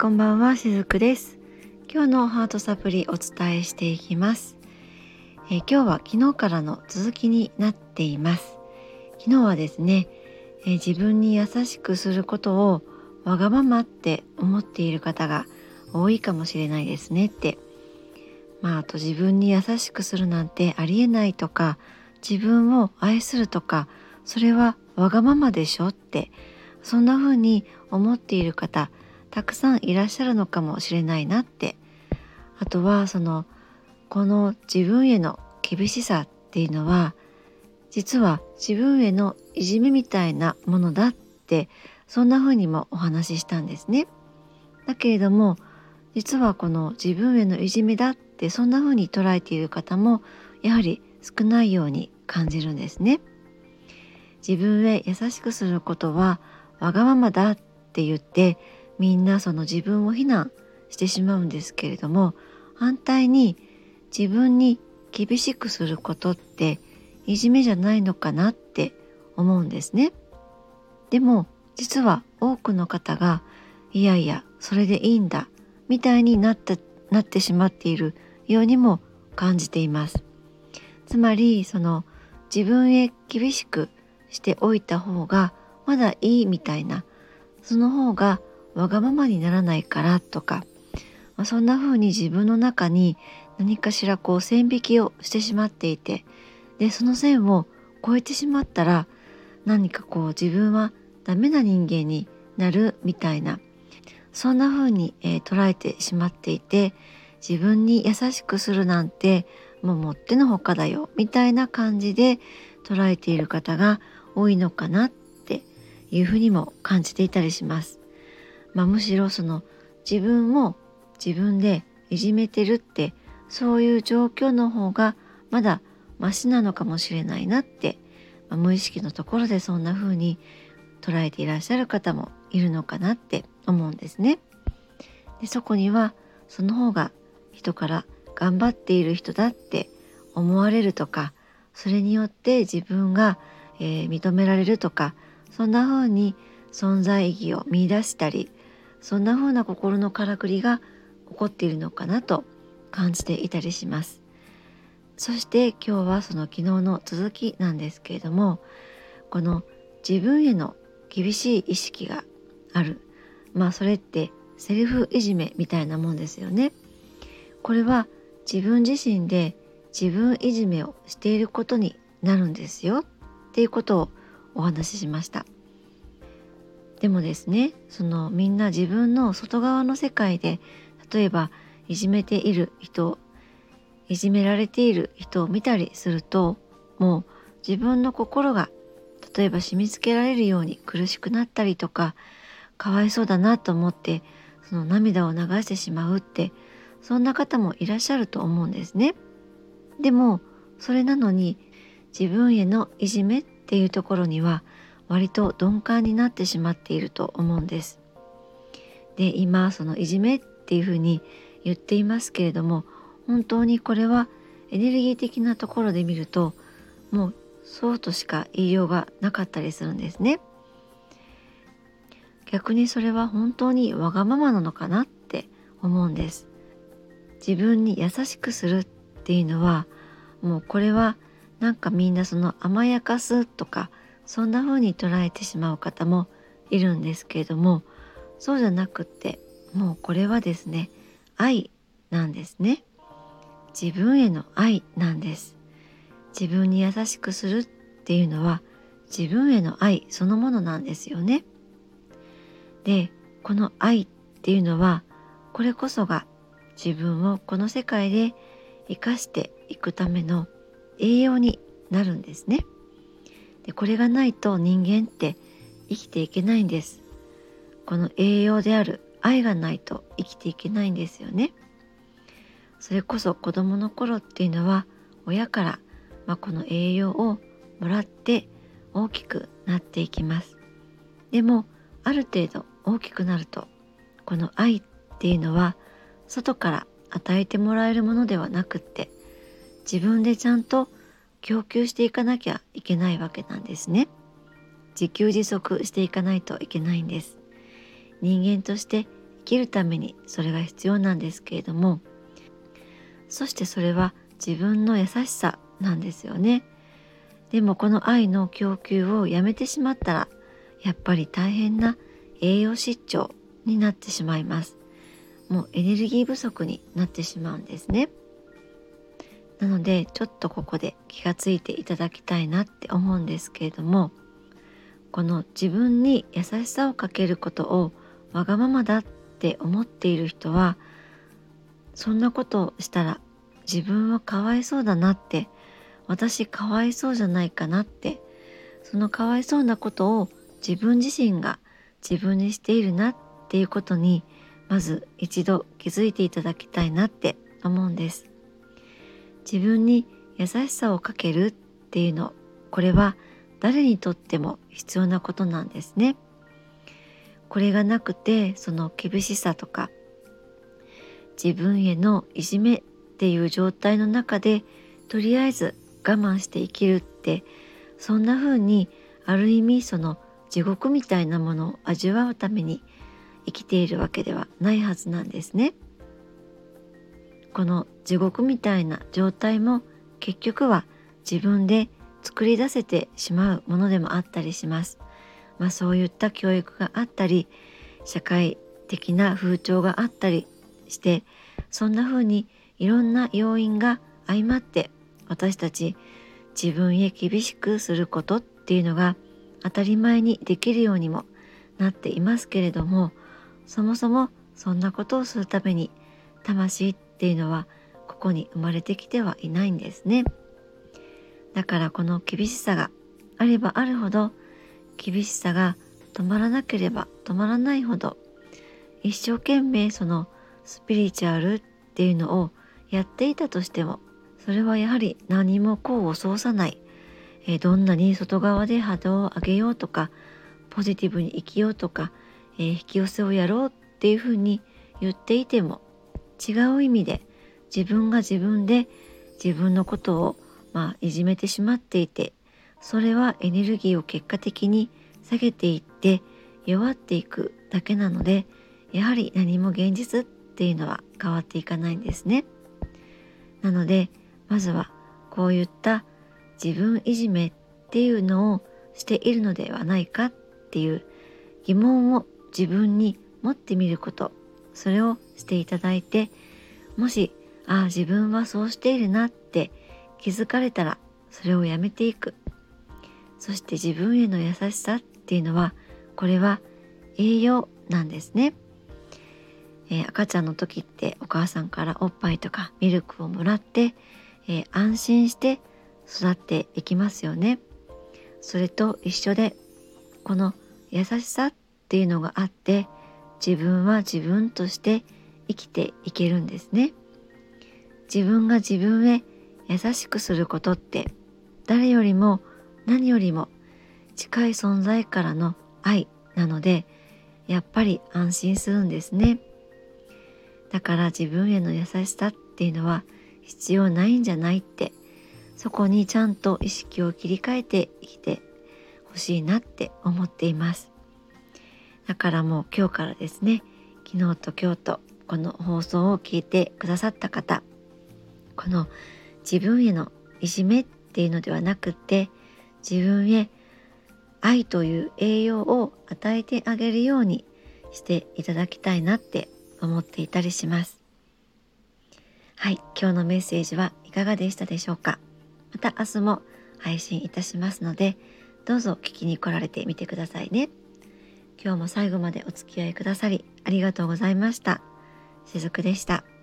こんばんは、しずくです。今日のハートサプリお伝えしていきます。今日は昨日からの続きになっています。昨日はですね、自分に優しくすることをわがままって思っている方が多いかもしれないですねって。あと自分に優しくするなんてありえないとか、自分を愛するとか、それはわがままでしょって、そんな風に思っている方、たくさんいらっしゃるのかもしれないなって。あとはこの自分への厳しさっていうのは、実は自分へのいじめみたいなものだって、そんな風にもお話ししたんですね。だけれども、実はこの自分へのいじめだってそんな風に捉えている方もやはり少ないように感じるんですね。自分へ優しくすることはわがままだって言って、みんなその自分を非難してしまうんですけれども、反対に自分に厳しくすることっていじめじゃないのかなって思うんですね。でも実は多くの方が、いやいやそれでいいんだみたいになってしまっているようにも感じています。つまり自分へ厳しくしておいた方がまだいいみたいな、その方がわがままにならないからとか、そんな風に自分の中に何かしら線引きをしてしまっていて、でその線を越えてしまったら何か自分はダメな人間になるみたいな、そんな風に、捉えてしまっていて、自分に優しくするなんてもうもってのほかだよみたいな感じで捉えている方が多いのかなっていうふうにも感じていたりします。むしろ自分を自分でいじめてるって、そういう状況の方がまだマシなのかもしれないなって、無意識のところでそんな風に捉えていらっしゃる方もいるのかなって思うんですね。でそこにはその方が人から頑張っている人だって思われるとか、それによって自分が、認められるとか、そんな風に存在意義を見出したり、そんな風な心のからくりが起こっているのかなと感じていたりします。そして今日はその昨日の続きなんですけれども、この自分への厳しい意識がある、それってセルフいじめみたいなもんですよね。これは自分自身で自分いじめをしていることになるんですよっていうことをお話ししました。でもですね、みんな自分の外側の世界で、例えばいじめている人、いじめられている人を見たりすると、もう自分の心が例えば締め付けられるように苦しくなったりとか、かわいそうだなと思ってその涙を流してしまうって、そんな方もいらっしゃると思うんですね。でもそれなのに自分へのいじめっていうところには割と鈍感になってしまっていると思うんです。で今そのいじめっていうふうに言っていますけれども、本当にこれはエネルギー的なところで見るともうそうとしか言いようがなかったりするんですね。逆にそれは本当にわがままなのかなって思うんです。自分に優しくするっていうのは、もうこれはなんかみんな甘やかすとか、そんな風に捉えてしまう方もいるんですけれども、そうじゃなくって、もうこれはですね、愛なんですね。自分への愛なんです。自分に優しくするっていうのは自分への愛そのものなんですよね。でこの愛っていうのは、これこそが自分をこの世界で生かしていくための栄養になるんですね。でこれがないと人間って生きていけないんです。この栄養である愛がないと生きていけないんですよね。それこそ子供の頃っていうのは親から、この栄養をもらって大きくなっていきます。でもある程度大きくなると、この愛っていうのは外から与えてもらえるものではなくって、自分でちゃんと供給していかなきゃいけないわけなんですね。自給自足していかないといけないんです。人間として生きるためにそれが必要なんですけれども、そしてそれは自分の優しさなんですよね。でもこの愛の供給をやめてしまったら、やっぱり大変な栄養失調になってしまいます。もうエネルギー不足になってしまうんですね。なのでちょっとここで気がついていただきたいなって思うんですけれども、この自分に優しさをかけることをわがままだって思っている人は、そんなことをしたら自分はかわいそうだなって、私かわいそうじゃないかなって、そのかわいそうなことを自分自身が自分にしているなっていうことに、まず一度気づいていただきたいなって思うんです。自分に優しさをかけるっていうの、これは誰にとっても必要なことなんですね。これがなくて、その厳しさとか自分へのいじめっていう状態の中で、とりあえず我慢して生きるって、そんな風にある意味その地獄みたいなものを味わうために生きているわけではないはずなんですね。この地獄みたいな状態も結局は自分で作り出せてしまうものでもあったりします。そういった教育があったり、社会的な風潮があったりして、そんな風にいろんな要因が相まって、私たち自分へ厳しくすることっていうのが当たり前にできるようにもなっていますけれども、そもそもそんなことをするために魂っていうのはここに生まれてきてはいないんですね。だからこの厳しさがあればあるほど、厳しさが止まらなければ止まらないほど、一生懸命そのスピリチュアルっていうのをやっていたとしても、それはやはり何も功を奏さない。どんなに外側で波動を上げようとか、ポジティブに生きようとか、引き寄せをやろうっていうふうに言っていても、違う意味で自分が自分で自分のことをいじめてしまっていて、それはエネルギーを結果的に下げていって弱っていくだけなので、やはり何も現実っていうのは変わっていかないんですね。なのでまずはこういった自分いじめっていうのをしているのではないかっていう疑問を自分に持ってみること、それをしていただいて、もし自分はそうしているなって気づかれたら、それをやめていく。そして自分への優しさっていうのは、これは栄養なんですね。赤ちゃんの時ってお母さんからおっぱいとかミルクをもらって、安心して育っていきますよね。それと一緒で、この優しさっていうのがあって、自分は自分として生きていけるんですね。自分が自分へ優しくすることって、誰よりも何よりも近い存在からの愛なので、やっぱり安心するんですね。だから自分への優しさっていうのは必要ないんじゃないって、そこにちゃんと意識を切り替えて生きてほしいなって思っています。だからもう今日からですね、昨日と今日とこの放送を聞いてくださった方、この自分へのいじめっていうのではなくって、自分へ愛という栄養を与えてあげるようにしていただきたいなって思っていたりします。はい、今日のメッセージはいかがでしたでしょうか。また明日も配信いたしますので、どうぞ聞きに来られてみてくださいね。今日も最後までお付き合いくださりありがとうございました。しずくでした。